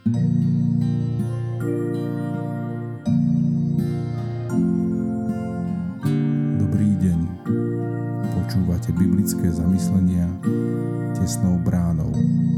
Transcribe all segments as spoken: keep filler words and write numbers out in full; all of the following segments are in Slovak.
Dobrý deň. Počúvate biblické zamyslenia Tesnou bránou.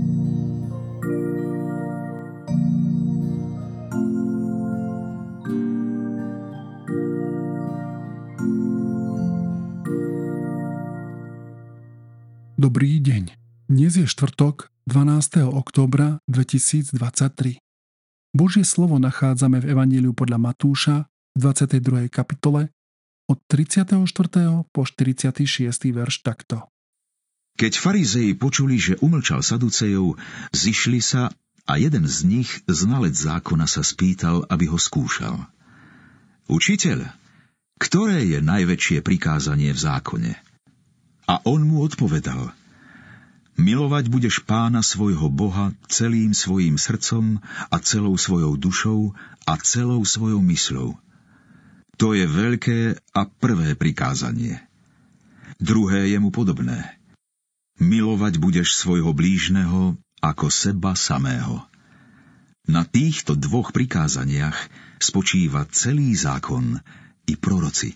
Dobrý deň. Dnes je štvrtok, dvanásteho októbra dvetisícdvadsaťtri. Božie slovo nachádzame v Evanjeliu podľa Matúša v dvadsiatej druhej kapitole od tridsiateho štvrtého po štyridsiaty šiesty verš takto. Keď farizei počuli, že umlčal Saducejov, zišli sa a jeden z nich, znalec zákona, sa spýtal, aby ho skúšal. Učiteľ, ktoré je najväčšie prikázanie v zákone? A on mu odpovedal, milovať budeš Pána svojho Boha celým svojím srdcom a celou svojou dušou a celou svojou mysľou. To je veľké a prvé prikázanie. Druhé je mu podobné. Milovať budeš svojho blížneho ako seba samého. Na týchto dvoch prikázaniach spočíva celý zákon i proroci.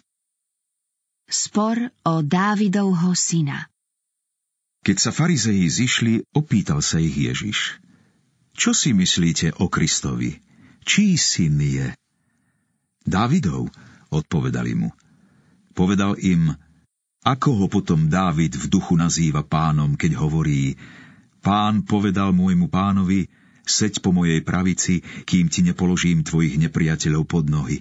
Spor o Dávidovho syna. Keď sa farizei zišli, opýtal sa ich Ježiš. Čo si myslíte o Kristovi? Čí syn je? Dávidov, odpovedali mu. Povedal im, ako ho potom Dávid v duchu nazýva pánom, keď hovorí, Pán povedal môjmu pánovi, seď po mojej pravici, kým ti nepoložím tvojich nepriateľov pod nohy.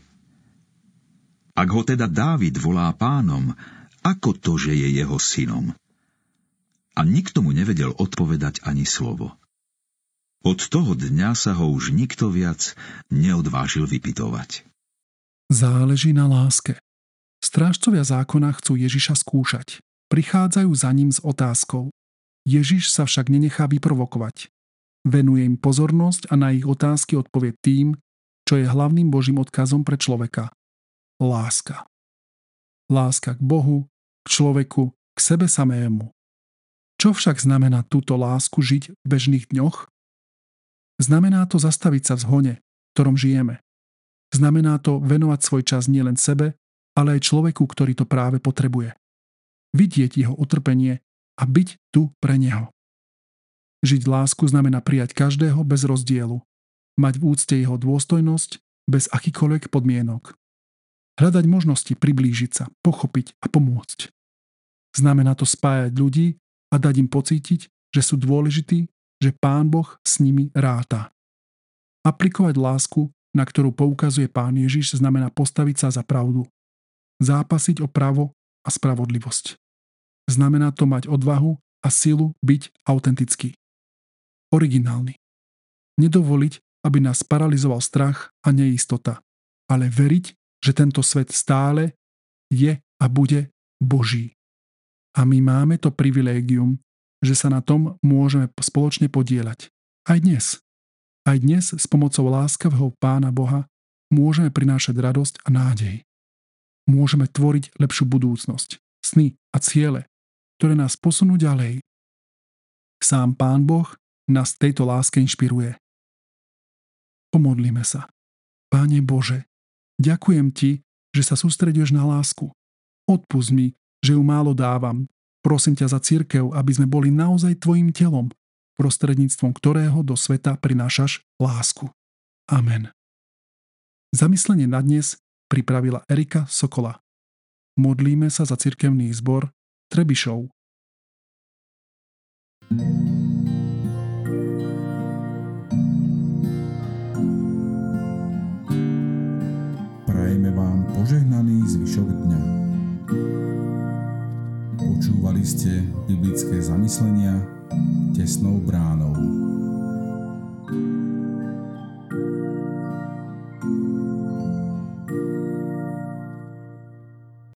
Ak ho teda Dávid volá pánom, ako to, že je jeho synom? A nikto mu nevedel odpovedať ani slovo. Od toho dňa sa ho už nikto viac neodvážil vypytovať. Záleží na láske. Strážcovia zákona chcú Ježiša skúšať. Prichádzajú za ním s otázkou. Ježiš sa však nenechá vyprovokovať. Venuje im pozornosť a na ich otázky odpovie tým, čo je hlavným Božím odkazom pre človeka. Láska. Láska k Bohu, k človeku, k sebe samému. Čo však znamená túto lásku žiť v bežných dňoch? Znamená to zastaviť sa v zhone, v ktorom žijeme. Znamená to venovať svoj čas nielen sebe, ale aj človeku, ktorý to práve potrebuje. Vidieť jeho utrpenie a byť tu pre neho. Žiť lásku znamená prijať každého bez rozdielu. Mať v úcte jeho dôstojnosť bez akýkoľvek podmienok. Hľadať možnosti priblížiť sa, pochopiť a pomôcť. Znamená to spájať ľudí a dať im pocítiť, že sú dôležití, že Pán Boh s nimi ráta. Aplikovať lásku, na ktorú poukazuje Pán Ježiš, znamená postaviť sa za pravdu. Zápasiť o právo a spravodlivosť. Znamená to mať odvahu a silu byť autentický. Originálny. Nedovoliť, aby nás paralizoval strach a neistota, ale veriť, že tento svet stále je a bude Boží. A my máme to privilégium, že sa na tom môžeme spoločne podieľať. Aj dnes. Aj dnes s pomocou láskavého Pána Boha môžeme prinášať radosť a nádej. Môžeme tvoriť lepšiu budúcnosť, sny a ciele, ktoré nás posunú ďalej. Sám Pán Boh nás tejto láske inšpiruje. Pomodlíme sa. Páne Bože, ďakujem Ti, že sa sústreďuješ na lásku. Odpusť mi, že ju málo dávam. Prosím ťa za cirkev, aby sme boli naozaj Tvojim telom, prostredníctvom ktorého do sveta prinášaš lásku. Amen. Zamyslenie na dnes pripravila Erika Sokola. Modlíme sa za cirkevný zbor Trebišov. Prajeme vám požehnaný zvyšok dňa. Počúvali ste biblické zamyslenia Tesnou bránou.